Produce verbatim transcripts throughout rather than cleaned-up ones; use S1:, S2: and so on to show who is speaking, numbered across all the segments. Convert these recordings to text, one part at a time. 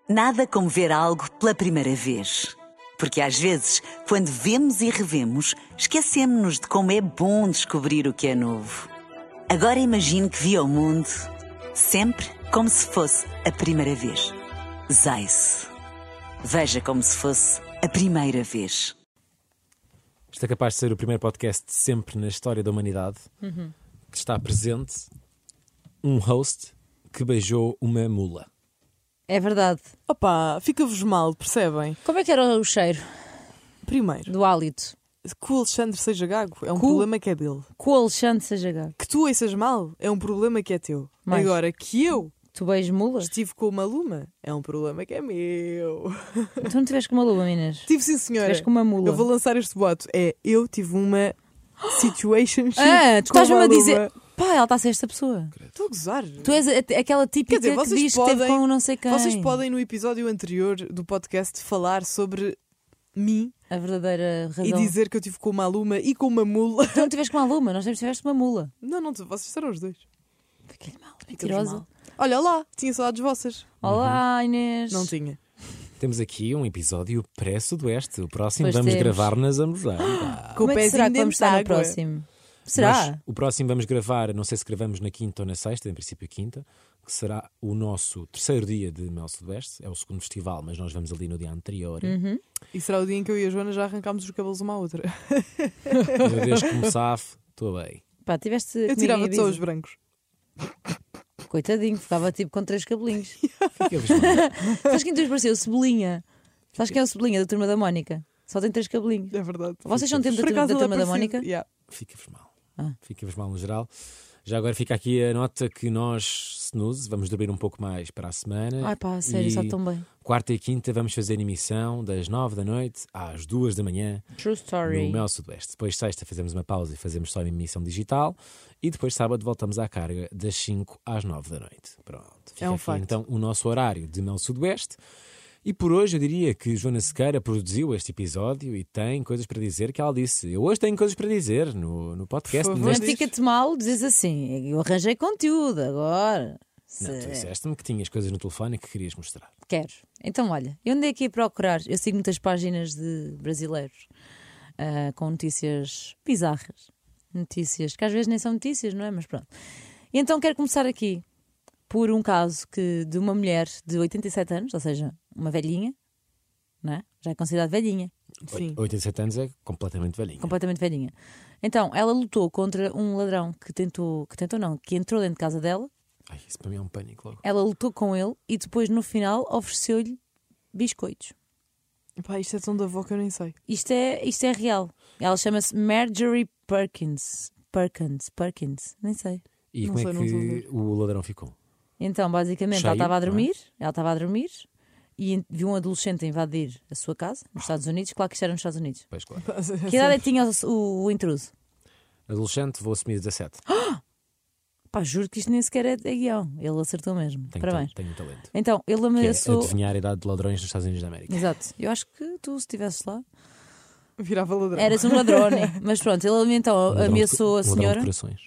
S1: Nada como ver algo pela primeira vez. Porque às vezes, quando vemos e revemos, esquecemos-nos de como é bom descobrir o que é novo. Agora imagine que viu o mundo sempre como se fosse a primeira vez. Zais. Veja como se fosse a primeira vez.
S2: Isto é capaz de ser o primeiro podcast sempre na história da humanidade
S3: Uhum.
S2: que está presente um host que beijou uma mula.
S3: É verdade.
S4: Opa, fica-vos mal, percebem?
S3: Como é que era o cheiro
S4: Primeiro,
S3: do hálito?
S4: que o Alexandre seja gago é um
S3: Cu-
S4: problema que é dele.
S3: Que o Alexandre seja gago.
S4: Que tu ouças mal é um problema que é teu.
S3: Mais.
S4: Agora, que eu
S3: Tu beijas mulas?
S4: estive com uma luma é um problema que é meu.
S3: Tu não tiveste com uma lua, meninas?
S4: Tive sim, senhora.
S3: Tiveste com uma mula.
S4: Eu vou lançar este boato. É, eu tive uma situationship
S3: Ah, tu
S4: com
S3: estás-me
S4: uma
S3: a dizer...
S4: luma.
S3: Pá, ela está a ser esta pessoa.
S4: Estou a gozar.
S3: Tu és a- aquela típica
S4: Quer dizer,
S3: que
S4: vocês
S3: diz que teve
S4: podem-
S3: com não sei quem.
S4: Vocês podem, no episódio anterior do podcast, falar sobre mim
S3: A verdadeira razão.
S4: e dizer que eu tive com uma aluma e com uma mula.
S3: Tu não tiveste com uma luma, nós tiveste uma mula.
S4: Não, não, vocês eram os dois.
S3: Fiquei mal,
S4: Ficamos
S3: mentirosa.
S4: mal. Olha lá, tinha saudades vossas.
S3: Olá, Inês.
S4: Não tinha.
S2: Temos aqui um episódio pré-sudoeste. O próximo
S3: Pois
S2: vamos
S3: temos.
S2: gravar nas Amboseiras.
S4: Com
S3: Como
S4: o
S3: é que será
S4: pezinho
S3: que vamos
S4: dentro
S3: estar
S4: da
S3: no
S4: água.
S3: próximo? Será?
S2: Mas o próximo vamos gravar, não sei se gravamos na quinta ou na sexta, em princípio quinta, que será o nosso terceiro dia de Mel Sudoeste. É o segundo festival, mas nós vamos ali no dia anterior.
S3: Uhum.
S4: E será o dia em que eu e a Joana já arrancámos os cabelos uma à outra.
S2: Uma vez que me safo, estou bem.
S3: Pá, tiveste
S4: Eu
S3: comigo
S4: tirava
S3: em
S4: só os
S3: Ibiza.
S4: brancos.
S3: Coitadinho, ficava tipo com três cabelinhos.
S2: Fica-vos mal.
S3: Sabes quem te pareceu? O Cebolinha. Sabes quem é o Cebolinha da Turma da Mónica? Só tem três cabelinhos.
S4: É verdade.
S3: Vocês são tempo da,
S4: Por
S3: turma-
S4: acaso
S3: da
S4: ele é
S3: Turma da
S4: parecido.
S3: Mónica?
S4: Yeah.
S2: Fica-vos mal.
S3: Ah.
S2: Fica-vos mal no geral. Já agora fica aqui a nota que nós, Snooze, vamos dormir um pouco mais para a semana.
S3: Ai pá, sério,
S2: E
S3: está tão bem.
S2: Quarta e quinta vamos fazer emissão das nove da noite às duas da manhã
S3: True story.
S2: no Mel Sudoeste. Depois sexta fazemos uma pausa e fazemos só uma emissão digital. E depois sábado voltamos à carga das cinco às nove da noite. Pronto. Fica
S4: É um
S2: aqui,
S4: facto.
S2: então o nosso horário de Mel Sudoeste. E por hoje eu diria que Joana Sequeira produziu este episódio e tem coisas para dizer que ela disse. Eu hoje tenho coisas para dizer no, no podcast.
S4: Por favor.
S3: Mas
S2: neste-
S3: fica-te mal, dizes assim, eu arranjei conteúdo agora.
S2: Não,
S3: Se-
S2: tu disseste-me que tinhas coisas no telefone e que querias mostrar.
S3: Quero. Então, olha, eu andei aqui a procurar, eu sigo muitas páginas de brasileiros ah, com notícias bizarras. Notícias que às vezes nem são notícias, não é? Mas pronto. E então quero começar aqui por um caso que, de uma mulher de oitenta e sete anos, ou seja, uma velhinha, não é? Já é considerada velhinha,
S4: Sim.
S2: oitenta e sete anos é completamente velhinho.
S3: completamente velhinha. Então, ela lutou contra um ladrão que tentou, que tentou não, que entrou dentro de casa dela.
S2: Ai, isso para mim é um pânico logo.
S3: Ela lutou com ele e depois, no final, ofereceu-lhe biscoitos.
S4: Pá, isto é tão da avó que eu nem sei.
S3: Isto é, isto é real. Ela chama-se Marjorie Perkins. Perkins, Perkins, nem sei.
S2: E
S4: Não
S2: como
S4: sei,
S2: é
S4: não estou a
S2: que
S4: ver.
S2: o ladrão ficou?
S3: Então, basicamente,
S2: Cheio,
S3: ela estava a
S2: não é?
S3: dormir, ela estava a dormir e viu um adolescente invadir a sua casa, nos Estados Unidos. Claro que isto era nos Estados Unidos.
S2: Pois claro.
S3: Que idade é que tinha o, o, o intruso?
S2: Adolescente, vou assumir dezassete.
S3: Pá, juro que isto nem sequer é, é guião. Ele acertou mesmo.
S2: Tenho,
S3: Parabéns.
S2: tenho um talento.
S3: Então, ele
S2: Que é
S3: ameaçou.
S2: adivinhar a idade de ladrões nos Estados Unidos da América.
S3: Exato. Eu acho que tu, se estivesse lá,
S4: Virava ladrão.
S3: eras um ladrão. Mas pronto, ele então
S2: Um ladrão de-
S3: ameaçou a
S2: um ladrão de
S3: senhora.
S2: corações.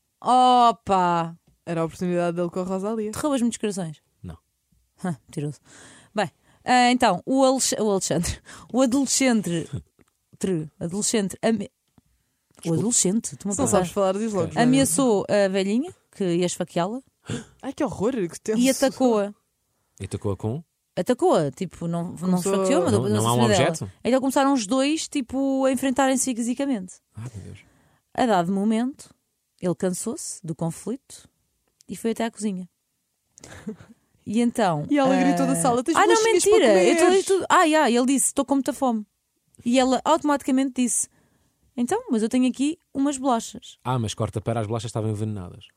S3: Opa!
S4: Era a oportunidade dele com a Rosalia.
S3: Tu roubas muitos corações?
S2: Não.
S3: Hã, mentiroso. Bem, ah, então, o, Alex... o Alexandre, o adolescente, tre- adolescente, ame... o adolescente, tu
S4: Se não sabes falar, diz logo. Joana.
S3: ameaçou a velhinha que ia esfaqueá-la
S4: Ai, que horror, que tenso.
S3: e atacou-a.
S2: E atacou-a com?
S3: Atacou-a, tipo, não, não
S4: Começou-
S3: esfaqueou, mas
S2: Não, não há um objeto?
S3: Então começaram os dois, tipo, a enfrentarem-se fisicamente.
S2: Ah, meu Deus.
S3: A dado momento, ele cansou-se do conflito e foi até à cozinha. E então.
S4: E ela
S3: ah,
S4: gritou da sala: tens
S3: Ah, não,
S4: bolachinhas
S3: mentira!
S4: para
S3: Eu
S4: comer."
S3: tô, tô, ah, yeah, ele disse: estou com muita fome. E ela automaticamente disse: então, mas eu tenho aqui umas bolachas.
S2: Ah, mas corta para as bolachas estavam envenenadas.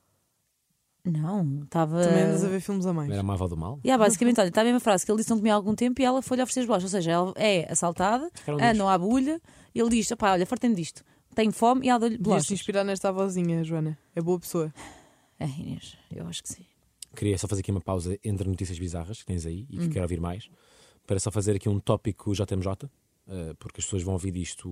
S3: Não, estava.
S4: Também andas a ver filmes a mais.
S2: Não era uma avó do mal?
S3: Yeah, basicamente, olha, está a mesma frase que ele disse que não comia há algum tempo e ela foi-lhe oferecer as bolachas. Ou seja, ela é assaltada,
S2: Ficaram
S3: ah,
S2: duas.
S3: não há bulha, e ele diz: opá, olha, fartem disto, tenho fome, e ela deu-lhe
S4: Devias te
S3: bolachas.
S4: inspirar nesta avózinha, Joana. É boa pessoa.
S3: É, Inês, eu acho que sim.
S2: Queria só fazer aqui uma pausa entre notícias bizarras que tens aí e que
S3: Hum.
S2: quero ouvir mais, para só fazer aqui um tópico J M J, eh, porque as pessoas vão ouvir isto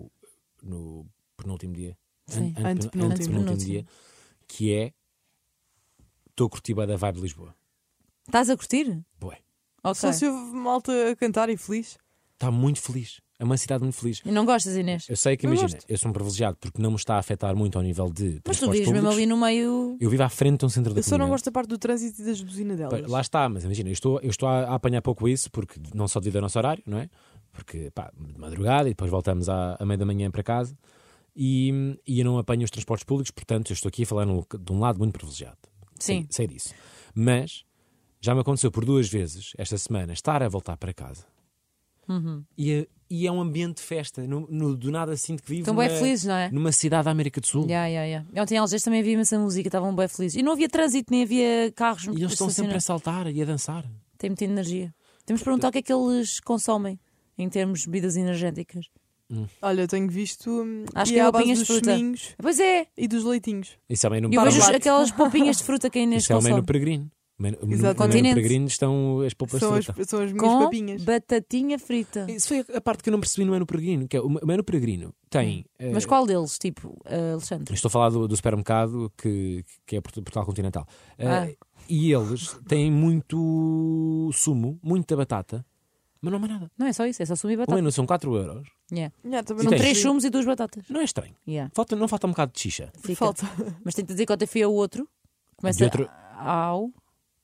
S2: no penúltimo dia.
S3: Sim.
S2: An- ante-
S4: Antepenúltimo.
S2: antepenúltimo dia, que é estou a curtir bué da vibe de Lisboa.
S3: Estás a curtir?
S2: Bué.
S3: Ok.
S4: Só se houve malta a cantar e feliz.
S2: Está muito feliz. É uma cidade muito feliz.
S3: E não gostas, Inês?
S2: Eu sei que,
S4: Eu
S2: imagina,
S4: gosto.
S2: eu sou um privilegiado porque não me está a afetar muito ao nível de
S3: Mas tu
S2: transportes
S3: vives mesmo
S2: públicos.
S3: ali no meio.
S2: Eu vivo à frente de um centro de
S4: Eu só não
S2: acolhimento.
S4: gosto da parte do trânsito e das buzinas delas.
S2: Lá está, mas imagina, eu estou, eu estou a, a apanhar pouco isso, porque não só devido ao nosso horário, não é? Porque, pá, de madrugada e depois voltamos à, à meia da manhã para casa e, e eu não apanho os transportes públicos, portanto, eu estou aqui a falar no, de um lado muito privilegiado.
S3: Sim.
S2: Sei, sei disso. Mas já me aconteceu por duas vezes esta semana estar a voltar para casa
S3: Uhum.
S2: e, é- e é um ambiente de festa. No, no- do nada sinto que vivo
S3: Estão
S2: numa,
S3: bem felizes, não é?
S2: numa cidade da América do Sul.
S3: Yeah, yeah, yeah. Ontem em Algés também havia imensa música, estavam bem felizes. E não havia trânsito, nem havia carros.
S2: E eles estão sempre a
S3: estacionados.
S2: saltar e a dançar.
S3: Tem muita energia. Temos de perguntar o que é que eles consomem em termos de bebidas energéticas.
S4: Olha, eu tenho visto. hum,
S3: Acho
S4: e
S3: que é
S4: é à base
S3: roupinhas
S4: dos
S3: de fruta.
S4: seminhos
S3: Pois é,
S4: e dos leitinhos.
S2: Isso é o menu,
S3: eu vejo
S4: Parmalat.
S3: aquelas polpinhas de fruta que a Inês
S2: isso é o menu
S3: consome.
S2: peregrino. No menu, no menu
S3: Continente.
S2: peregrino estão as polpas
S4: São
S2: de
S4: as,
S2: fruta.
S4: são as minhas
S3: Com
S4: papinhas.
S3: batatinha frita.
S2: Isso foi a parte que eu não percebi no menu peregrino. Que é, o menu peregrino tem. eh,
S3: Mas qual deles? Tipo, eh, Alexandre?
S2: Estou a falar do, do supermercado que, que é Portu- Portugal Continental. Eh,
S3: Ah.
S2: E eles têm muito sumo, muita batata, mas não há mais nada.
S3: Não é só isso, é só sumo e
S2: O
S3: batata.
S2: menu são quatro euros.
S3: Yeah.
S4: Yeah, também
S2: E
S4: não
S3: São
S2: tem-
S3: três
S4: percebi.
S3: sumos e duas batatas.
S2: Não é estranho.
S3: Yeah.
S2: Falta, não falta um bocado de xixa.
S3: Fica.
S4: Falta.
S3: Mas tenho de dizer que ontem fui a outro. Começa
S2: De outro-
S3: ao.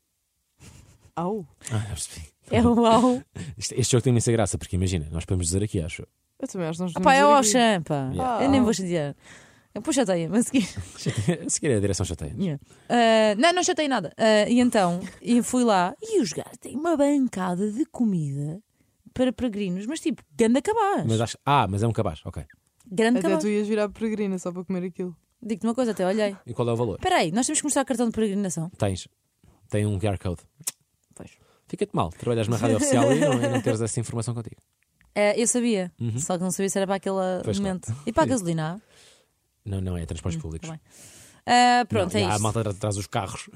S2: Ah,
S4: Au.
S2: já percebi.
S3: É o ao.
S2: Este, este jogo tem imensa graça, porque imagina, nós podemos dizer aqui, acho.
S4: Eu também acho que nós
S3: Ah, pá, é o
S4: devemos dizer aqui.
S3: Auchan, pá.
S2: Yeah.
S3: Eu nem vou chatear. Depois chateia, mas a seguir.
S2: Se quer a direção chateia.
S3: Yeah. Ah, não, não chatei nada. Ah, e então, e fui lá e os gajos têm uma bancada de comida para peregrinos, mas tipo, grande cabaz.
S2: Mas acho, ah, mas é um cabaz, ok.
S3: Grande
S4: Até
S3: cabaz.
S4: tu ias virar peregrina só para comer aquilo.
S3: Digo-te uma coisa, até olhei.
S2: E qual é o valor?
S3: Espera aí, nós temos que mostrar cartão de peregrinação.
S2: Tens. Tem um Q R Code.
S3: Pois.
S2: Fica-te mal. Trabalhas na rádio oficial e não, e não teres essa informação contigo.
S3: Ah, eu sabia,
S2: Uhum.
S3: só que não sabia se era para aquele
S2: Pois,
S3: momento.
S2: claro.
S3: E para a gasolina?
S2: Não, não é transportes
S3: Hum,
S2: públicos.
S3: tá bem. Ah, pronto,
S2: Não,
S3: é
S2: e há a
S3: isto.
S2: malta atrás dos carros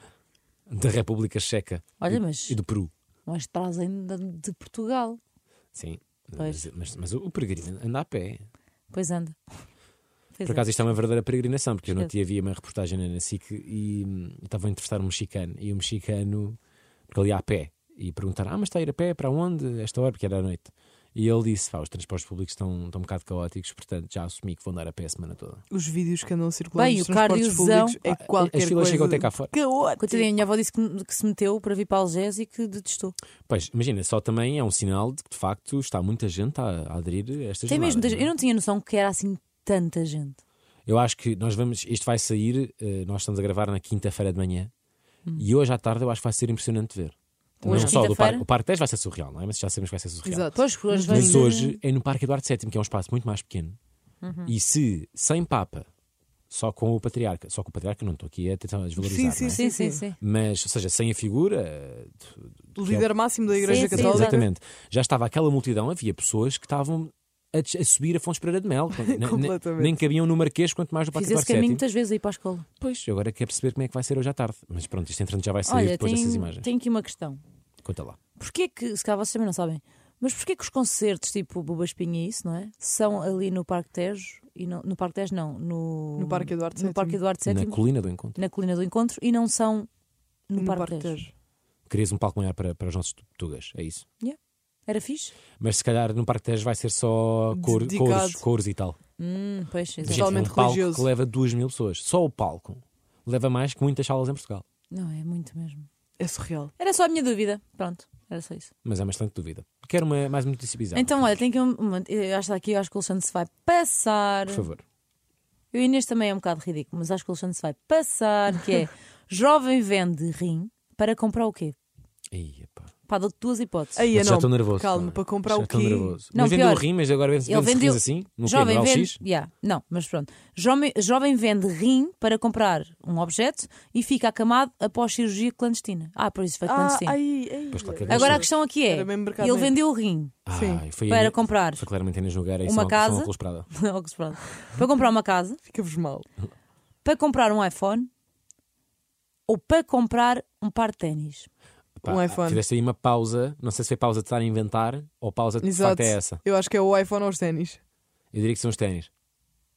S2: da República Checa
S3: Olha,
S2: e,
S3: mas-
S2: e do Peru.
S3: Mas trazem de, de Portugal.
S2: Sim.
S3: Pois.
S2: Mas, mas, mas o peregrino anda a pé.
S3: Pois anda. Pois
S2: Por
S3: é.
S2: acaso isto é uma verdadeira peregrinação, porque eu não
S3: Esquece.
S2: tinha havia uma reportagem na SIC e hum, estavam a entrevistar um mexicano. E o mexicano, porque ele ia a pé, e perguntaram: ah, mas está a ir a pé para onde? Esta hora, porque era à noite. E ele disse: Pá, os transportes públicos estão, estão um bocado caóticos, portanto já assumi que vou andar a pé a semana toda.
S4: Os vídeos que andam a circular
S3: Bem,
S4: nos
S3: o
S4: transportes
S3: cardiozão-
S4: públicos é
S2: Ah,
S4: qualquer
S2: as filas
S4: coisa.
S2: chegam até cá fora.
S4: Caótico.
S3: Coitadinha, a minha avó disse que, que se meteu para vir para Algés e que detestou.
S2: Pois, imagina, só também é um sinal de que de facto está muita gente a, a aderir a estas
S3: Tem mesmo,
S2: jornadas,
S3: eu não tinha noção que era assim tanta gente.
S2: Eu acho que nós vamos, isto vai sair, eh, nós estamos a gravar na quinta-feira de manhã
S3: Hum.
S2: e hoje à tarde eu acho que vai ser impressionante de ver.
S3: Hoje,
S2: não só do
S3: quinta-feira?
S2: parque, o Parque dez vai ser surreal, não é? Mas já sabemos que vai ser surreal.
S4: Exato.
S3: Pois, hoje
S4: Mas
S2: Mas
S3: vai-
S2: hoje é no Parque Eduardo sétimo, que é um espaço muito mais pequeno.
S3: Uhum.
S2: E se sem Papa, só com o Patriarca, só com o Patriarca não estou aqui a tentar desvalorizar,
S4: Sim,
S2: não é?
S3: Sim, sim, sim.
S2: Mas, ou seja, sem a figura, eh,
S4: O líder máximo da Igreja
S3: Sim, sim,
S4: Católica.
S2: exatamente, já estava aquela multidão, havia pessoas que estavam a, des- a subir a Fontes Pereira de Mel, nem, nem,
S4: Completamente.
S2: nem cabiam no Marquês, quanto mais no Parque
S3: Fiz esse
S2: Eduardo
S3: caminho
S2: sétimo.
S3: muitas vezes aí para a escola.
S2: Pois, eu agora quero perceber como é que vai ser hoje à tarde. Mas pronto, isto entretanto já vai sair
S3: Olha,
S2: depois dessas
S3: tenho,
S2: imagens.
S3: tenho aqui uma questão.
S2: Conta lá.
S3: Porquê que, se calhar vocês também não sabem, mas porquê que os concertos tipo Buba Espinha e isso, não é? São ali no Parque Tejo e não, no Parque Tejo não, no,
S4: No Parque Eduardo
S3: no
S4: sétimo.
S3: Parque Eduardo
S2: Na
S3: sétimo,
S2: colina do encontro.
S3: na Colina do Encontro e não são no,
S4: No
S3: Parque,
S4: Parque
S3: Tejo.
S4: Tejo.
S2: Querias um palco maior para, para os nossos tugas, é isso.
S3: Era fixe?
S2: Mas se calhar no Parque Tejo vai ser só cor,
S4: Dedicado.
S2: cores, cores e tal.
S3: Hum, pois,
S2: Gente,
S3: exato.
S2: é um
S4: Totalmente
S2: palco
S4: religioso.
S2: que leva duas mil pessoas. Só o palco leva mais que muitas salas em Portugal.
S3: Não, é muito mesmo.
S4: É surreal.
S3: Era só a minha dúvida. Pronto, era só isso.
S2: Mas é uma excelente dúvida. Quero uma, mais uma notícia bizarra.
S3: Então, olha, tem aqui um, uma. Eu acho que aqui eu acho que o Alexandre se vai passar.
S2: Por favor.
S3: Eu e Inês também é um bocado ridículo, mas acho que o Alexandre se vai passar. Que é: jovem vende rim para comprar o quê?
S2: Ia, pá.
S3: Pá, dou-te duas hipóteses.
S4: Aí,
S2: Já
S4: não.
S2: estou nervoso.
S4: Calma,
S2: pá.
S4: para comprar
S2: Já
S4: o
S2: estou
S4: quê?
S2: nervoso.
S3: Não,
S2: mas vendeu
S3: pior.
S2: rim, mas agora vende,
S3: Ele
S2: vende
S3: vendeu.
S2: rins assim? No quê?
S3: Jovem
S2: No
S3: vende.
S2: L X?
S3: Yeah, não, mas pronto. Jovem, jovem vende rim para comprar um objeto e fica acamado após cirurgia clandestina. Ah, por isso foi
S4: Ah,
S3: clandestino.
S4: aí, aí.
S2: Pois, qualquer
S3: Agora a
S2: Sim.
S3: questão aqui é:
S4: Era mesmo mercado
S3: ele
S4: negro.
S3: vendeu o rim
S2: Ai, foi
S3: para
S2: a-
S3: comprar
S2: Foi claramente a Inês Nogueira e
S3: uma
S2: São-
S3: casa.
S2: São Óculos Prada.
S3: Óculos Prada. para comprar uma casa,
S4: Fica-vos mal.
S3: para comprar um iPhone ou para comprar um par de ténis.
S2: Pá,
S4: Um iPhone.
S2: Fizeste aí uma pausa, não sei se foi pausa de estar a inventar ou pausa de, de
S4: Exato.
S2: facto é essa.
S4: Eu acho que é o iPhone ou os ténis.
S2: Eu diria que são os ténis.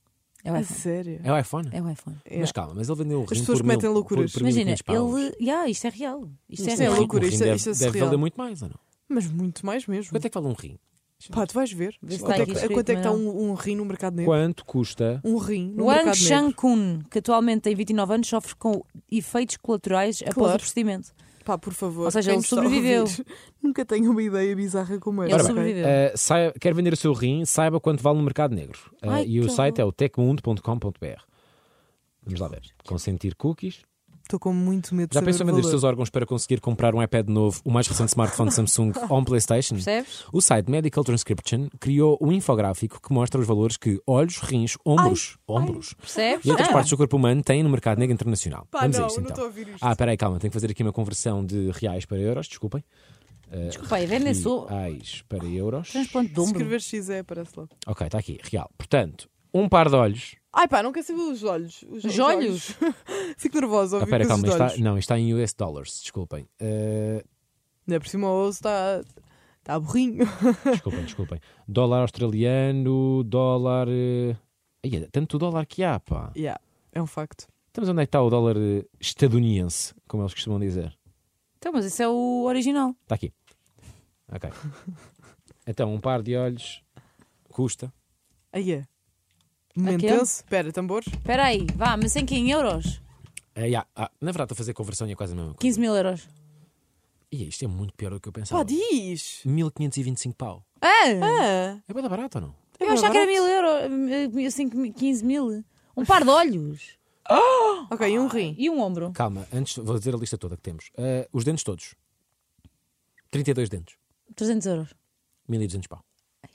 S3: É o
S4: A
S3: iPhone.
S4: sério?
S2: É o iPhone?
S3: É o iPhone.
S4: É.
S2: Mas calma, mas ele vendeu o rim
S4: As pessoas
S2: por mil,
S4: metem loucuras.
S2: por, por
S3: Imagina,
S2: mil e quinhentos paus.
S3: ele. Yeah, isto é real. Isto,
S4: Isto
S3: é
S4: é
S3: real.
S4: loucura.
S2: Um rim
S4: isto é-
S2: deve,
S4: isto é
S2: deve
S4: surreal.
S2: valer muito mais, ou não?
S4: Mas muito mais mesmo.
S2: Quanto é que vale um rim?
S4: Pá, tu vais ver.
S3: Vê se
S4: Quanto
S3: está
S4: é
S3: aqui
S4: que,
S3: escrito,
S4: quanto é que está
S3: não.
S4: um, um rim no mercado negro?
S2: Quanto custa?
S4: Um rim no
S3: Wang
S4: mercado negro.
S3: Shang-kun, que atualmente tem vinte e nove anos, sofre com efeitos colaterais após
S4: Claro.
S3: o procedimento.
S4: Pá, por favor.
S3: Ou seja,
S4: quem
S3: ele
S4: nos está a
S3: sobreviveu.
S4: ouvir, Nunca tenho uma ideia bizarra como esta.
S3: Ele
S2: Ora bem,
S3: sobreviveu.
S2: Uh, saiba- quer vender o seu rim, saiba quanto vale no mercado negro. Uh,
S3: Ai,
S2: e o
S3: que
S2: site
S3: horror.
S2: é o tecmundo ponto com ponto b r. Vamos lá ver. Consentir cookies.
S4: Estou com muito medo de
S2: Já
S4: saber
S2: pensou
S4: o
S2: em vender os
S4: valor.
S2: seus órgãos para conseguir comprar um iPad novo, o mais recente smartphone Samsung ou um PlayStation?
S3: Percebes?
S2: O site Medical Transcription criou um infográfico que mostra os valores que olhos, rins, ombros, ombros
S3: Percebes?
S2: e outras
S3: Ah,
S2: partes do corpo humano têm no mercado negro internacional.
S4: Pá,
S2: Vamos
S4: não,
S2: a isto
S4: não
S2: então.
S4: estou a ouvir isto.
S2: Ah, espera aí, calma, tenho que fazer aqui uma conversão de reais para euros, desculpem. Uh,
S3: Desculpa aí, vende só.
S2: reais para euros.
S3: Transplante de
S4: Se
S3: ombro.
S4: escrever X é, aparece logo.
S2: Ok, está aqui, real. Portanto, um par de olhos.
S4: Ai pá, não quer saber os olhos. Os,
S3: Os olhos?
S4: Fico nervosa a
S2: Ah,
S4: ouvir
S2: espera,
S4: coisas
S2: calma,
S4: de
S2: está,
S4: olhos.
S2: não, está em U S dollars, desculpem. Uh,
S4: Ainda por cima o osso está... Está burrinho.
S2: desculpem, desculpem. Dólar australiano, dólar. Uh... Ai, é tanto dólar que há, pá.
S4: Yeah, é um facto.
S2: Estamos onde é que está o dólar uh, estadunidense, como eles costumam dizer.
S3: Então, mas esse é o original.
S2: Está aqui. Ok. Então, um par de olhos custa.
S4: Aí é. Momento
S3: Aquele?
S4: tenso. Espera, tambores.
S3: Espera aí, vá, mas em que? Em euros?
S2: Uh, yeah. ah, na verdade, estou a fazer conversão e é quase a mesma coisa.
S3: quinze mil euros.
S2: E isto é muito pior do que eu pensava.
S4: Pá, diz.
S2: mil quinhentos e vinte e cinco pau.
S3: Ah!
S4: Ah,
S2: É bem barato ou não?
S3: Eu
S4: é
S3: achava que era
S4: barato.
S3: mil euros, assim, quinze mil. Um par de olhos.
S4: Ok, e um rim.
S3: E um ombro.
S2: Calma, antes vou dizer a lista toda que temos. Uh, os dentes todos. trinta e dois dentes.
S3: trezentos euros.
S2: mil e duzentos pau.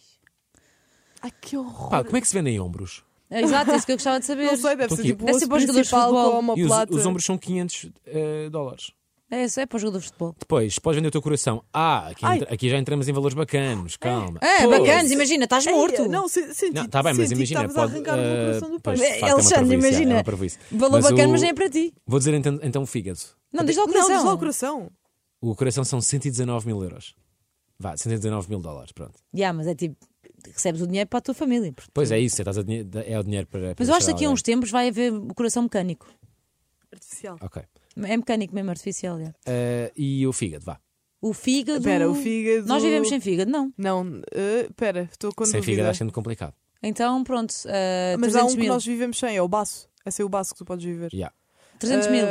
S4: Ai, que horror.
S2: Pá, como é que se vendem ombros?
S3: É, exato, é isso que eu gostava de saber.
S4: Não sei, deve
S2: Estou
S4: ser
S2: aqui.
S4: tipo o
S3: Deve
S4: osso
S3: ser para os jogadores de
S4: principal com
S3: futebol.
S4: a
S2: E os,
S4: omoplata.
S2: os ombros são quinhentos uh, dólares.
S3: É isso, é para os jogadores de futebol.
S2: Depois, podes vender o teu coração. Ah, aqui,
S4: Ai.
S2: entra- aqui já entramos em valores bacanos. Calma.
S3: É,
S2: Pô,
S3: bacanas, imagina, estás
S4: Ei,
S3: morto.
S4: Não, se, senti,
S2: Não, tá bem, mas
S4: senti
S2: imagina,
S4: que estavas
S2: pode,
S4: a arrancar o meu
S2: uh,
S4: coração do
S2: pois,
S4: peito.
S2: de facto, é uma
S3: Alexandre,
S2: parvoíce,
S3: imagina.
S2: é uma parvoíce.
S3: Valor
S2: Mas
S3: bacana,
S2: o-
S3: mas nem é para ti.
S2: Vou dizer então, então o fígado.
S3: Não, diz lá o
S4: Não, diz lá o
S3: coração.
S4: coração.
S2: O coração são cento e dezanove mil euros. Vá, cento e dezanove mil dólares, pronto.
S3: Yeah, mas é tipo, recebes o dinheiro para a tua família. portanto.
S2: Pois é isso, estás a dinhe- é o dinheiro para. para
S3: Mas eu acho que
S2: deixar
S3: daqui a
S2: alguém.
S3: uns tempos vai haver o coração mecânico.
S4: Artificial.
S2: Ok.
S3: É mecânico mesmo, artificial. Yeah.
S2: Uh, e o fígado, vá.
S3: O fígado.
S4: Espera, o fígado...
S3: Nós vivemos sem fígado, não.
S4: Não, eh, espera, estou com
S2: Sem
S4: dúvida.
S2: fígado acho sendo complicado.
S3: Então, pronto. Uh,
S4: Mas há um
S3: trezentos
S4: que
S3: mil.
S4: nós vivemos sem, é o baço. Esse é o baço que tu podes viver.
S2: Yeah.
S3: trezentos
S4: Eh,
S3: mil.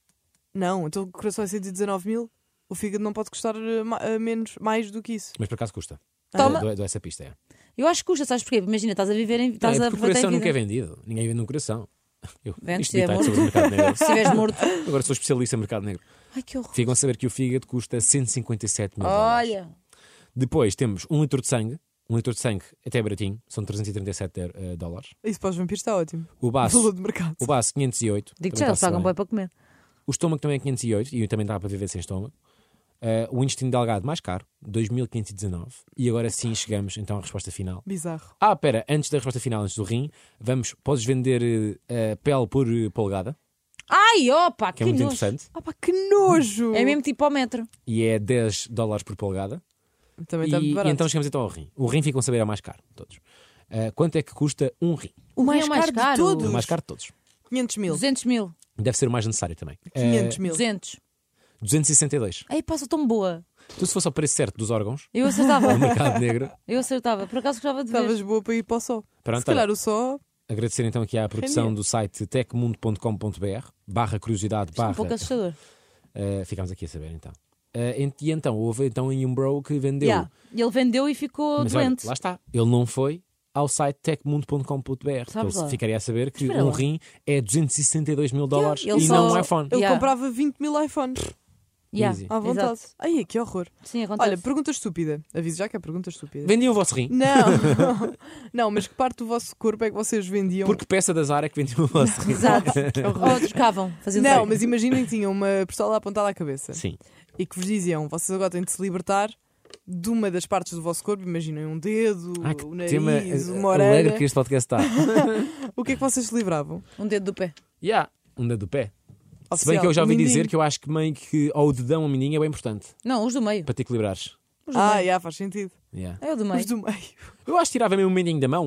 S4: Não, então o coração é cento e dezanove mil. O fígado não pode custar eh, ma- eh, menos, mais do que isso.
S2: Mas por acaso custa.
S3: Toma.
S2: Dou, dou essa pista, é.
S3: Eu acho que custa, sabes porquê? Imagina, estás a viver em.
S2: Não,
S3: Estás
S2: é
S3: a
S2: porque o
S3: aproveitar
S2: coração
S3: em
S2: nunca é
S3: vida.
S2: vendido. Ninguém vende um coração. Eu,
S3: Vende,
S2: isto
S3: se estiver
S2: ditado sobre o mercado negro.
S3: Se estiveres morto.
S2: Agora sou especialista em mercado negro.
S3: Ai, que horror.
S2: Ficam a saber que o fígado custa cento e cinquenta e sete mil dólares.
S3: Olha.
S2: Depois temos um litro de sangue. Um litro de sangue até baratinho. São trezentos e trinta e sete eh, dólares.
S4: Isso para os vampiros está ótimo.
S2: O baço,
S4: Valor de mercado.
S2: o baço quinhentos e oito.
S3: Digo-te
S2: também
S3: já, eles
S2: está-se
S3: pagam
S2: bem.
S3: bem para comer.
S2: O estômago também é quinhentos e oito. E também dá para viver sem estômago. Eh, o intestino delgado mais caro. dois mil quinhentos e dezanove. E agora sim chegamos então à resposta final.
S4: Bizarro.
S2: Ah, espera. Antes da resposta final, antes do rim. Vamos, podes vender eh, pele por eh, polegada.
S3: Ai, opa,
S2: Que
S3: que,
S2: é muito
S3: nojo.
S2: interessante.
S4: Ah pá, que nojo!
S3: É mesmo tipo ao metro.
S2: E é dez dólares por polegada.
S4: Também está
S2: E,
S4: muito
S2: e
S4: barato.
S2: então chegamos então ao rim. O rim ficam a saber é o mais caro de todos. Uh, quanto é que custa um rim?
S4: O mais,
S3: é o mais
S4: caro,
S3: caro.
S4: de todos.
S2: O mais caro de todos.
S4: quinhentos mil.
S3: duzentos mil.
S2: Deve ser o mais necessário também.
S4: quinhentos
S2: Uh,
S4: mil.
S3: duzentos.
S2: duzentos e sessenta e dois.
S3: Ai, passa tão boa.
S2: Tu, se fosse ao preço certo dos órgãos,
S3: Eu acertava.
S2: no mercado negro,
S3: Eu acertava. Por acaso gostava de ver.
S4: Estavas boa para ir para o sol.
S2: Pronto,
S4: Se calhar o sol...
S2: agradecer então aqui à produção
S4: Rendia.
S2: do site tecmundo ponto com ponto b r barra curiosidade
S3: Isto é um
S2: barra.
S3: pouco assustador.
S2: Uh, ficámos aqui a saber então. Uh, ent- e então houve então aí um bro que vendeu.
S3: Yeah. E ele vendeu e ficou
S2: Mas olha,
S3: doente.
S2: lá está. Ele não foi ao site tecmundo ponto com ponto b r.
S3: Sabes
S2: Ele
S3: lá.
S2: ficaria a saber que
S3: Espera
S2: um
S3: lá.
S2: rim é duzentos e sessenta e dois mil dólares
S3: ele
S2: e
S3: só-
S2: não um iPhone.
S4: Ele
S3: Yeah.
S4: comprava vinte mil iPhones.
S3: Yeah.
S2: Easy.
S4: À vontade.
S3: Exato.
S4: Ai, que horror.
S3: Sim, acontece.
S4: Olha, pergunta estúpida. Aviso já que é pergunta estúpida.
S2: Vendiam o vosso rim.
S4: Não. Não, mas que parte do vosso corpo é que vocês vendiam?
S2: Porque peça da Zara é que vendiam o vosso rim.
S3: Exato. Ou trocavam. Faziam
S4: Não,
S3: troca.
S4: mas imaginem que tinham uma pistola apontada à cabeça
S2: Sim.
S4: e que vos diziam, vocês agora têm de se libertar de uma das partes do vosso corpo, imaginem um dedo,
S2: Ah, que
S4: o nariz,
S2: tema
S4: uma
S2: alegre
S4: orelha.
S2: que este podcast está.
S4: O que é que vocês se livravam?
S3: Um dedo do pé.
S2: Yeah, um dedo do pé. Se bem
S4: Oficial,
S2: que eu já ouvi
S4: mindinho.
S2: dizer que eu acho que meio que ou o dedão ou a mindinha é bem importante
S3: Não, os do meio.
S2: para te equilibrares.
S3: Os do
S4: Ah,
S3: meio.
S4: já, faz sentido.
S2: Yeah.
S3: É o do meio.
S4: Os do meio.
S2: Eu acho que tirava mesmo o mindinho da mão.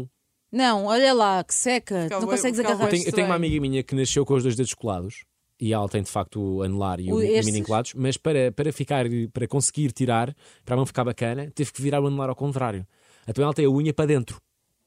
S3: Não, olha lá, que seca.
S4: Ficava
S3: não
S4: bué-
S3: consegues
S4: ficava
S3: agarrar.
S2: Eu tenho, eu tenho uma
S4: estranho.
S2: amiga minha que nasceu com os dois dedos colados e ela tem de facto o anelar e o,
S3: O-
S2: e o
S3: estes?
S2: mínimo colados, mas para, para, ficar, para conseguir tirar, para a mão ficar bacana, teve que virar o anelar ao contrário. Então ela tem a unha para dentro.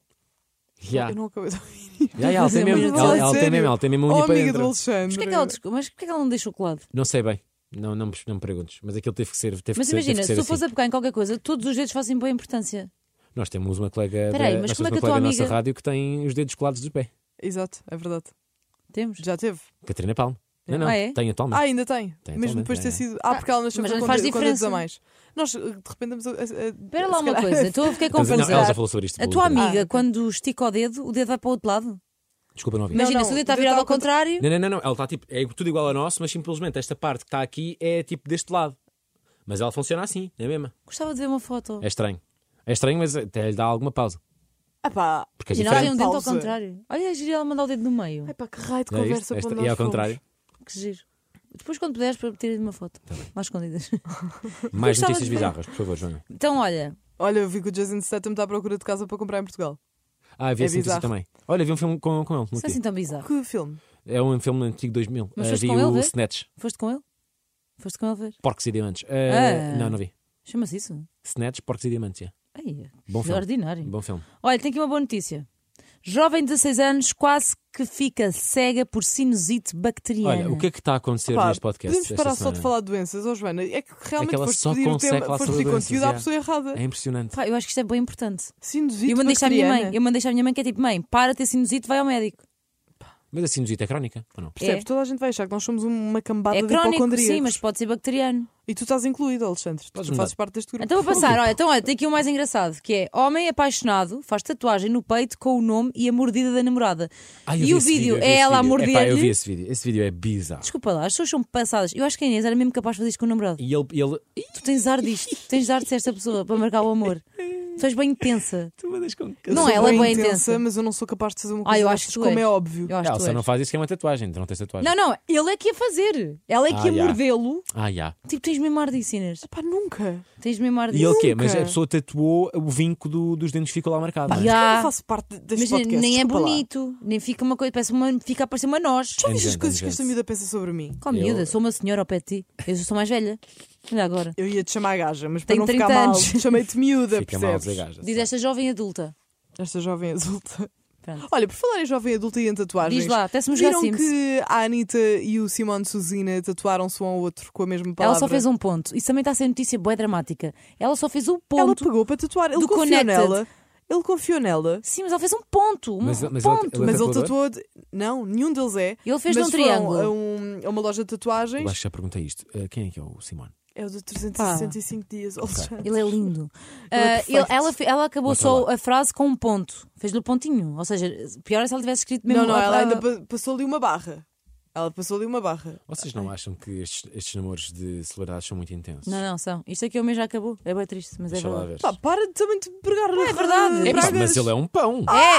S2: Yeah.
S4: Eu não acabei de ouvir.
S2: Yeah, yeah, ela, tem
S3: Fazer
S2: mesmo,
S3: unha de
S2: ela,
S3: lado.
S2: ela tem
S4: Sério?
S2: mesmo, ela tem mesmo a unha
S4: Oh,
S2: para
S4: amiga do
S2: dentro.
S4: Alexandre.
S3: Mas porquê é que ela, desco- mas porquê é que ela não deixa o colado?
S2: Não sei bem. Não, não, me- não me perguntes, mas aquilo teve que ser. Teve
S3: Mas
S2: que ser,
S3: imagina,
S2: teve que
S3: se
S2: ser
S3: tu fosse
S2: assim.
S3: a pegar em qualquer coisa, todos os dedos fazem boa importância.
S2: Nós temos uma colega,
S3: Peraí,
S2: da,
S3: mas
S2: nós
S3: como
S2: temos
S3: é que
S2: uma
S3: a tua
S2: colega da nossa
S3: amiga-
S2: rádio que tem os dedos colados do pé.
S4: Exato, é verdade.
S3: Temos.
S4: Já teve.
S2: Catarina Palma. Não, não,
S3: Ah, é?
S2: tem atualmente.
S4: Ah, ainda tem.
S2: Tem,
S4: Mesmo
S2: atualmente,
S4: depois de ter
S2: é.
S4: sido. Ah, porque ela nasceu
S3: Mas
S4: com,
S3: não faz
S4: de- com dedos
S3: diferença.
S4: a mais. Nós, de repente, estamos a. a- a-
S3: Espera lá
S4: se
S3: uma
S4: calhar-
S3: coisa, então eu fiquei
S2: Então, não,
S3: confusa.
S2: ela já falou sobre isto.
S3: A tua
S2: publicamente.
S3: amiga,
S4: Ah, ok.
S3: quando estica o dedo, o dedo vai para o outro lado?
S2: Desculpa, não ouvi.
S4: Não,
S3: Imagina,
S4: não,
S3: se o dedo está
S4: o dedo
S3: virado
S4: está
S3: ao contrário.
S2: Não, não, não, não. Ela está tipo, é tudo igual ao nosso, mas simplesmente esta parte que está aqui é tipo deste lado. Mas ela funciona assim, é a mesma.
S3: Gostava de ver uma foto.
S2: É estranho. É estranho, mas até lhe dá alguma pausa.
S4: Ah, pá.
S2: Porque é
S3: Imagina, ela tem um
S2: diferente.
S3: dente ao
S4: Pausa.
S3: contrário. Olha, a gira ela mandar o dedo no meio.
S4: Ai, pá, que raio de
S2: É isto?
S4: conversa
S2: Esta-
S4: para
S2: e
S4: nós
S2: ao
S4: fomos.
S2: contrário.
S3: Que giro. Depois, quando puderes, para tirar uma foto. Mais escondidas.
S2: Mais
S3: gostava
S2: notícias
S3: de ver.
S2: bizarras, por favor, Joana.
S3: Então, olha,
S4: Olha, eu vi que o Jason Statham está à procura de casa para comprar em Portugal.
S2: Ah, vi
S4: É
S2: essa notícia
S4: bizarro.
S2: também. Olha, vi um filme com, com ele. no
S3: isso é
S2: dia.
S3: assim tão bizarro.
S4: Que filme?
S2: É um filme antigo dois mil.
S3: Mas
S2: Ah,
S3: foste
S2: vi
S3: com ele
S2: o
S3: ver?
S2: Snatch.
S3: Foste com ele? Foste com ele ver?
S2: Porcos e Diamantes. Ah,
S3: Ah.
S2: Não, não vi.
S3: Chama-se isso?
S2: Snatch, Porcos e Diamantes. é.
S3: Ai,
S2: Bom
S3: que
S2: filme.
S3: ordinário.
S2: Bom filme.
S3: Olha, tem aqui uma boa notícia. Jovem de dezasseis anos quase que fica cega por sinusite bacteriana.
S2: Olha, o que é que está a acontecer
S4: Pá,
S2: neste podcast?
S4: podemos parar
S2: esta
S4: só de
S2: semana?
S4: falar de doenças, oh Joana. É que realmente
S2: É que ela
S4: foste
S2: só
S4: pedir o
S2: consegue
S4: tema,
S2: falar
S4: foste
S2: sobre
S4: pedir
S2: doenças,
S4: conteúdo à
S2: já.
S4: pessoa errada.
S2: É impressionante.
S3: Pá, eu acho que isto é bem importante.
S4: Sinusite
S3: Eu mandei à minha mãe,
S4: bacteriana.
S3: eu mandei à minha mãe que é tipo, mãe, para de ter sinusite, vai ao médico.
S2: Mas a sinusite é crónica, ou não?
S4: Percebes?
S3: É.
S4: Toda a gente vai achar que nós somos uma cambada
S3: É
S4: de
S3: crónico,
S4: hipocondríacos.
S3: sim, mas pode ser bacteriano.
S4: E tu estás incluído, Alexandre. Tu
S2: Podes-me
S4: fazes
S2: dar-
S4: parte deste grupo.
S3: Então vou passar, olha, então olha, tem aqui o mais engraçado, que é homem apaixonado faz tatuagem no peito com o nome e a mordida da namorada.
S2: Ah, eu
S3: e
S2: vi
S3: o
S2: esse
S3: vídeo
S2: eu vi
S3: é
S2: esse
S3: ela a
S2: vídeo. Epá, eu vi
S3: morder-lhe.
S2: esse vídeo. Esse vídeo é bizarro.
S3: Desculpa lá, as pessoas são passadas. Eu acho que a Inês era mesmo capaz de fazer isto com o namorado.
S2: E ele. ele...
S3: Tu tens ar disto, tens ar de ser esta pessoa para marcar o amor. Tu és bem intensa.
S2: Tu mandas com
S4: Eu
S3: Não,
S4: sou
S3: ela é
S4: bem
S3: bem
S4: intensa,
S3: intensa.
S4: mas eu não sou capaz de fazer uma
S3: Ah,
S4: coisa
S3: eu acho
S4: destas,
S3: que tu
S4: como
S3: és.
S4: é óbvio.
S3: Eu acho
S2: Ela
S3: que tu
S2: só
S3: és.
S2: não faz isso que é uma tatuagem, tu não tens tatuagem.
S3: Não, não, ele é que ia fazer. Ela é que
S2: Ah,
S3: ia
S2: já.
S3: mordê-lo.
S2: Ah, já.
S3: Tipo, tens mesmo ar disso, Inês.
S4: Pá, nunca.
S3: Tens mesmo ar
S2: E
S3: disso.
S2: ele quê?
S4: Nunca.
S2: Mas a pessoa tatuou o vinco do- dos dentes que ficou lá marcado.
S4: Pá,
S2: não é?
S3: Já.
S4: eu não faço parte deste
S3: Mas
S4: podcast.
S3: nem é
S4: desculpa lá.
S3: bonito, nem fica uma coisa, parece uma, fica a parecer uma noz.
S4: Já viste as
S2: Gente,
S4: coisas
S2: gente.
S4: que esta miúda pensa sobre mim?
S3: Qual
S2: Eu-
S3: miúda? Sou uma senhora ao pé de ti. Eu sou mais velha. Olha agora.
S4: Eu ia te chamar gaja, mas para
S3: Tenho
S4: não ficar
S3: trinta
S4: mal,
S3: anos.
S4: chamei-te miúda,
S2: Fica mal
S4: percebes?
S2: dizer gaja.
S3: Diz esta jovem adulta.
S4: Esta jovem adulta.
S3: Pronto.
S4: Olha, por falar em jovem adulta e em tatuagens,
S3: Diz lá, até-se-me jogar
S4: viram
S3: Sims.
S4: que a Anitta e o Simone Suzina tatuaram-se um ao outro com a mesma
S3: Ela
S4: palavra?
S3: só fez um ponto. Isso também está a ser notícia boa dramática. Ela só fez um
S4: Ela
S3: ponto.
S4: pegou para tatuar. Ele
S3: do
S4: confiou
S3: Connected.
S4: nela. Ele confiou nela.
S3: Sim, mas ela fez um ponto. Um
S2: Mas- mas ela-
S3: ponto.
S2: ela-
S4: Mas ele
S2: tatuador?
S4: tatuou. De... Não, nenhum deles é.
S3: Ele fez de
S4: mas
S3: um
S4: foram
S3: triângulo.
S4: A, um- a uma loja de
S2: Eu
S4: tatuagens.
S2: acho que já perguntei isto. Uh, quem é que é o Simone?
S4: É o de trezentos e sessenta e cinco dias. Alexandre.
S3: Ele é lindo.
S4: Ele é
S3: Ah,
S4: perfeito.
S3: ele- ela, fe- ela acabou
S2: Bota
S3: só
S2: lá.
S3: a frase com um ponto. Fez-lhe o pontinho. Ou seja, pior é se ela tivesse escrito mesmo.
S4: Não, não,
S3: a-
S4: ela
S3: a-
S4: ainda pa- passou ali uma barra. Ela passou ali uma barra.
S2: Vocês não acham que estes, estes namoros de celebridades são muito intensos?
S3: Não, não, são. Isto aqui o mês já acabou. É bem triste, mas
S2: Deixa
S3: é
S2: lá
S3: verdade.
S2: ver.
S4: Pá, para de também de pregar.
S3: é verdade.
S4: eh,
S3: É,
S2: Mas,
S4: bragas.
S2: mas ele é um pão.
S3: É,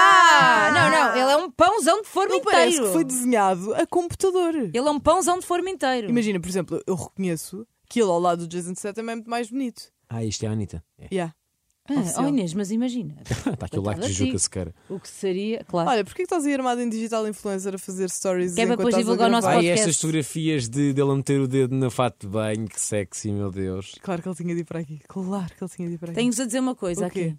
S3: ah! Não, não, ele é um pãozão de forma
S4: Ele parece
S3: inteiro.
S4: que foi desenhado a computador.
S3: Ele é um pãozão de forma inteiro.
S4: Imagina, por exemplo, eu reconheço que ele ao lado do Jason Statham é muito mais bonito.
S2: Ah, isto é a Anitta. É.
S4: Yeah.
S3: Ah,
S4: oficial.
S3: oh Inês, mas imagina.
S2: Está aqui o like
S3: Coitada
S2: de
S3: de
S2: Juca
S3: ti.
S2: sequer.
S3: O que seria, claro.
S4: Olha, porquê que estás aí armado em digital influencer a fazer stories
S3: Que é para
S4: enquanto
S3: depois
S4: estás a
S3: divulgar o nosso
S4: gravar?
S2: Ah, e
S3: podcast.
S2: estas fotografias de dele a meter o dedo na fato de banho, que sexy, meu Deus.
S4: Claro que ele tinha de ir para aqui. Claro que ele tinha de ir para aqui.
S3: Tenho-vos a dizer uma coisa
S4: O quê?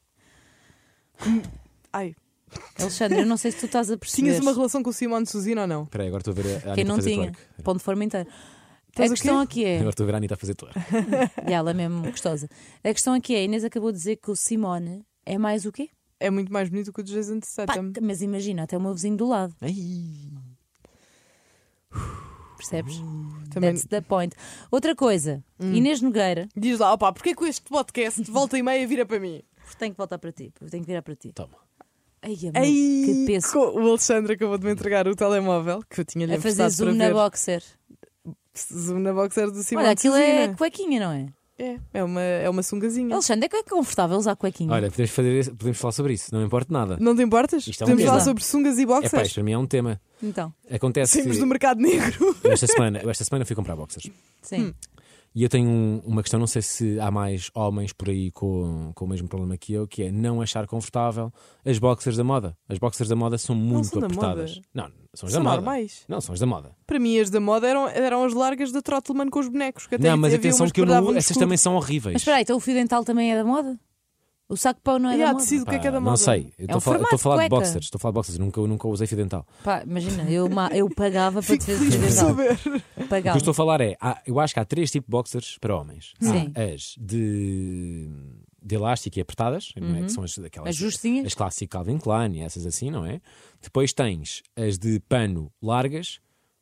S3: aqui.
S4: Ai,
S3: Alexandre, eu não sei se tu estás a perceber.
S4: tinhas uma relação com o Simone Suzina ou não?
S2: Espera aí, agora estou a ver a Anitta
S3: Quem não
S2: fazer
S3: tinha.
S2: twerk.
S3: Pão de forma inteira.
S4: Estás
S3: A
S4: o quê?
S3: questão aqui é.
S2: Agora estou a ver a Anitta a fazer twerk.
S3: E ela é mesmo gostosa. A questão aqui é: a Inês acabou de dizer que o Simone é mais o quê?
S4: É muito mais bonito que o de Jason
S3: Pá,
S4: Statham.
S3: mas imagina, até o meu vizinho do lado.
S2: Ai.
S3: Percebes?
S4: Também...
S3: That's the point. Outra coisa, Inês Nogueira,
S4: Diz lá, opá, porquê que este podcast de volta e meia vira para mim?
S3: porque tenho que voltar para ti, porque tenho que virar para ti.
S2: Toma.
S3: Ai, amor,
S4: Ai,
S3: que peso.
S4: co- o Alexandre acabou de me entregar o telemóvel que eu tinha-lhe
S3: A fazer
S4: emprestado
S3: zoom
S4: para
S3: na
S4: ver.
S3: boxer.
S4: Zoom na boxer do Simone
S3: Olha, aquilo é
S4: Suzina.
S3: cuequinha, não é?
S4: É, é uma, é uma sungazinha.
S3: Alexandre, é que é confortável usar cuequinha.
S2: Olha, podemos, fazer, podemos falar sobre isso, não me importa nada.
S4: Não te importas?
S2: Isto é um
S4: Podemos
S2: tema.
S4: falar sobre sungas e
S2: É pá,
S4: boxers?
S2: isto para mim é um tema.
S3: Então,
S2: Acontece
S4: Saímos
S2: que
S4: do mercado negro.
S2: eu esta semana, eu esta semana fui comprar boxers.
S3: sim.
S4: Hum.
S2: E eu tenho um- uma questão, não sei se há mais homens por aí com, com o mesmo problema que eu, que é não achar confortável as boxers da moda. As boxers da moda são muito
S4: são da
S2: apertadas.
S4: moda.
S2: Não, são as
S4: São
S2: da moda.
S4: normais.
S2: Não, são as da moda.
S4: Para mim, as da moda eram, eram as largas da Trottelmann com os bonecos. Que até
S2: Não, mas
S4: havia
S2: atenção
S4: umas
S2: que eu
S4: davam
S2: não,
S4: no
S2: essas
S4: escuro.
S2: também são horríveis.
S3: Mas espera aí, então o fio dental também é da moda? O saco de pão não é
S4: E
S3: da
S4: há
S3: moda?
S4: decido o que é que é da
S2: Pá,
S4: moda.
S2: não sei, eu estou
S3: um
S2: a falar,
S3: formato
S2: estou a falar de
S3: de cueca.
S2: boxers. Estou a falar de boxers, nunca, nunca usei fio dental.
S3: Pá, imagina, eu, ma- eu pagava para te
S4: Fico
S3: ver
S4: feliz
S3: fio
S4: por
S3: dental.
S4: saber.
S2: O que eu
S3: Pagava.
S2: estou a falar é, há- eu acho que há três tipos de boxers para homens.
S3: Sim.
S2: Há as de, de elástico e apertadas, não é? Que são as, aquelas,
S3: As justinhas.
S2: as clássicas Calvin Klein e essas assim, não é? Depois tens as de pano largas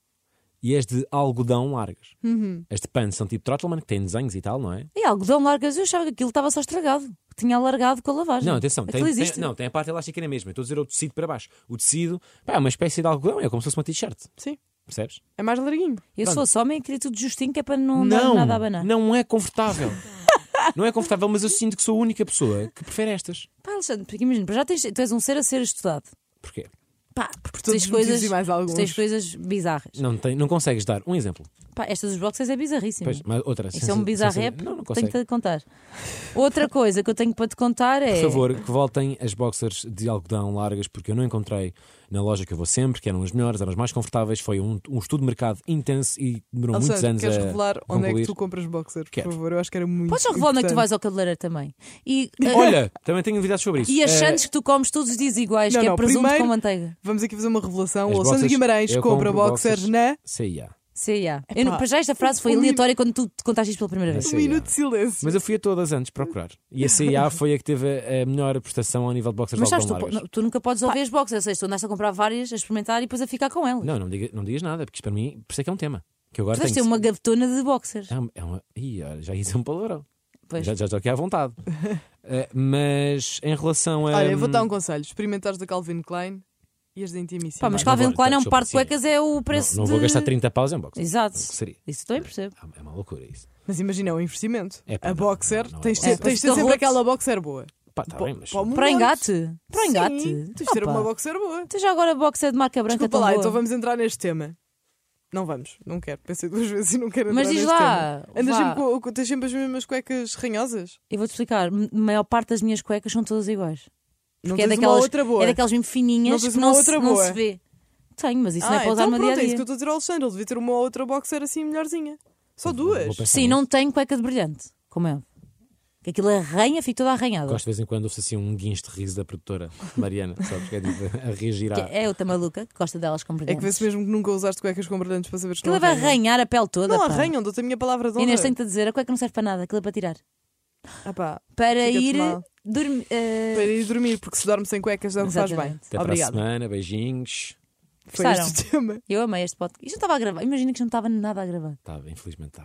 S2: e as de algodão largas.
S3: Uhum.
S2: As de pano são tipo Trottelmann, que têm desenhos e tal, não é?
S3: E algodão largas, eu achava que aquilo estava só estragado. Que tinha alargado com a lavagem.
S2: Não, atenção, tem,
S3: Aquilo
S2: tem-
S3: existe.
S2: não, tem a parte elástica na mesma. Eu estou a dizer o tecido para baixo. O tecido, pá, é uma espécie de algodão, é como se fosse uma t-shirt,
S4: Sim,
S2: percebes?
S4: é mais larguinho.
S3: Eu
S2: Pronto.
S3: sou só homem e queria tudo justinho, que é para não,
S2: Não,
S3: dar nada a abanar.
S2: não é confortável. Não é confortável, mas eu sinto que sou a única pessoa que prefere estas.
S3: Pá, Alexandre, porque imagina, para já tens, tu és um ser a ser estudado.
S2: Porquê?
S3: Pá, porque tu
S4: todos
S3: tens
S4: os motivos
S3: coisas,
S4: e mais alguns.
S3: tu tens coisas bizarras.
S2: Não, tem, não consegues dar um exemplo.
S3: Pá, estas dos boxers é bizarríssimo.
S2: Pois, mas outra.
S3: Isso
S2: sem
S3: é um
S2: ser-
S3: bizarro
S2: sem ser-
S3: rap.
S2: Não, não consegue.
S3: Tenho-te a contar. Outra coisa que eu tenho para te contar é.
S2: Por favor, que voltem as boxers de algodão largas, porque eu não encontrei na loja que eu vou sempre, que eram as melhores, eram as mais confortáveis. Foi um, um estudo de mercado intenso e demorou muitos
S4: Alexandre,
S2: anos
S4: queres
S2: a
S4: revelar onde é que
S2: concluir.
S4: tu compras boxers, por
S2: Quero.
S4: favor? Eu acho que era muito
S3: Podes só revelar onde é que tu
S4: importante.
S3: vais ao cabeleireiro também. E,
S2: Olha, também tenho novidades sobre isso.
S3: e as
S2: Eh,
S3: chantes que tu comes todos os dias iguais,
S4: Não,
S3: que é
S4: não,
S3: presunto
S4: primeiro-
S3: com manteiga.
S4: Vamos aqui fazer uma revelação.
S2: As
S4: O Alexandre
S2: boxers-
S4: Guimarães
S2: eu
S4: compra
S2: compro
S4: boxers
S2: boxers-
S4: na...
S2: C I A.
S3: Sim, já. Eu não-
S4: Epá,
S3: para já esta frase foi
S4: um
S3: aleatória quando tu te contaste isto pela primeira vez.
S2: Sim,
S4: Um minuto
S2: é.
S4: de silêncio.
S2: Mas eu fui a todas antes procurar. E a C I A foi a que teve a a melhor prestação ao nível de boxers
S3: Mas
S2: de
S3: sabes,
S2: algodão
S3: tu,
S2: largas.
S3: não- tu nunca podes ouvir as boxers, ou seja, tu andaste a comprar várias, a experimentar e depois a ficar com elas.
S2: Não, não, diga, não digas nada, porque isto para mim, por isso é que é um tema. Que eu agora
S3: Tu vais
S2: tenho
S3: ter uma gavetona de boxers.
S2: É uma. É uma... Ih, olha, já ia dizer um palavrão.
S3: Pois.
S2: Já, já estou aqui à vontade. Eh, mas em relação a.
S4: Olha, eu vou dar um conselho. Experimentares da Calvin Klein e as da Intimissima.
S3: Pá, mas
S2: não
S3: Calvin
S2: vou-
S3: Klein é um
S2: desculpa,
S3: par de
S2: sim.
S3: cuecas, é o preço
S2: Não, não
S3: de...
S2: vou gastar trinta paus em boxer.
S3: Exato.
S2: O que seria?
S3: Isso também percebo.
S2: É uma loucura isso.
S4: Mas imagina, é um investimento.
S2: É, pá,
S4: a
S2: não,
S4: boxer,
S2: não, não,
S4: tens,
S2: não.
S4: de
S3: É,
S4: ter- tens de ter
S3: porque
S4: sempre
S3: rotos-
S4: aquela boxer boa.
S2: Pá, tá
S4: Pá-
S2: bem, mas.
S4: pá, um
S3: Para o
S4: monte.
S3: engate. Para o engate.
S4: Sim, tens de ter
S3: Opa.
S4: uma boxer boa.
S3: Tu já agora boxer de marca branca
S4: Desculpa
S3: tão
S4: lá,
S3: boa.
S4: então vamos entrar neste tema. Não vamos, não quero. Pensei duas vezes e não quero entrar
S3: Mas diz
S4: neste
S3: lá,
S4: tema. Andas
S3: vá.
S4: sempre com, com- tens sempre as mesmas cuecas ranhosas?
S3: Eu vou-te explicar. A maior parte das minhas cuecas são todas iguais.
S4: Não
S3: Porque é
S4: tens
S3: daquelas,
S4: uma outra boa?
S3: é daquelas mesmo
S4: Não
S3: fininhas
S4: tens
S3: que
S4: uma
S3: não, se,
S4: outra
S3: não
S4: boa?
S3: se vê. Tenho, mas isso
S4: ah,
S3: não é para usar
S4: então
S3: no
S4: pronto,
S3: dia a
S4: é isso
S3: dia.
S4: que eu estou a dizer ao Alexandre. Ele devia ter uma outra boxer assim melhorzinha. Só
S2: Vou- vou
S4: duas.
S2: pensar
S3: Sim,
S2: nisso.
S3: não tenho cueca de brilhante, como é. Que aquilo arranha, fica toda arranhada.
S2: Gosto de vez em quando ouço assim um guincho de riso da produtora Mariana, sabes? Que é tipo, a reagir
S3: Que
S2: à.
S3: é outra maluca que gosta delas com
S4: É que
S3: brilhantes.
S4: vê-se mesmo que nunca usaste cuecas com brilhantes para saberes que
S3: Aquilo
S4: não
S3: vai arranhar a pele toda.
S4: Não
S3: pá.
S4: arranham, dou-te a minha palavra de honra.
S3: Inês, tenho-te a dizer, a cueca não serve para nada, aquilo é para tirar.
S4: Ah pá,
S3: Para
S4: Fica-te
S3: ir
S4: mal.
S3: dormir. eh,
S4: para ir dormir, porque se dorme sem cuecas não faz bem.
S3: Exatamente.
S2: Até para a
S4: Obrigada.
S2: semana, beijinhos.
S4: Foi
S3: Gostaram?
S4: este o tema.
S3: Eu amei este podcast. Isto não estava a gravar. Imagina que isto não estava nada a gravar.
S2: Estava, infelizmente estava.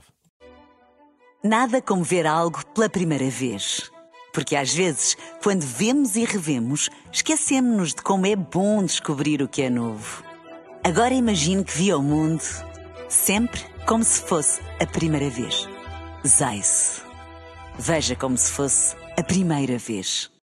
S1: Nada como ver algo pela primeira vez. Porque às vezes, quando vemos e revemos, esquecemos-nos de como é bom descobrir o que é novo. Agora imagine que viu o mundo sempre como se fosse a primeira vez. Zais. Veja como se fosse a primeira vez.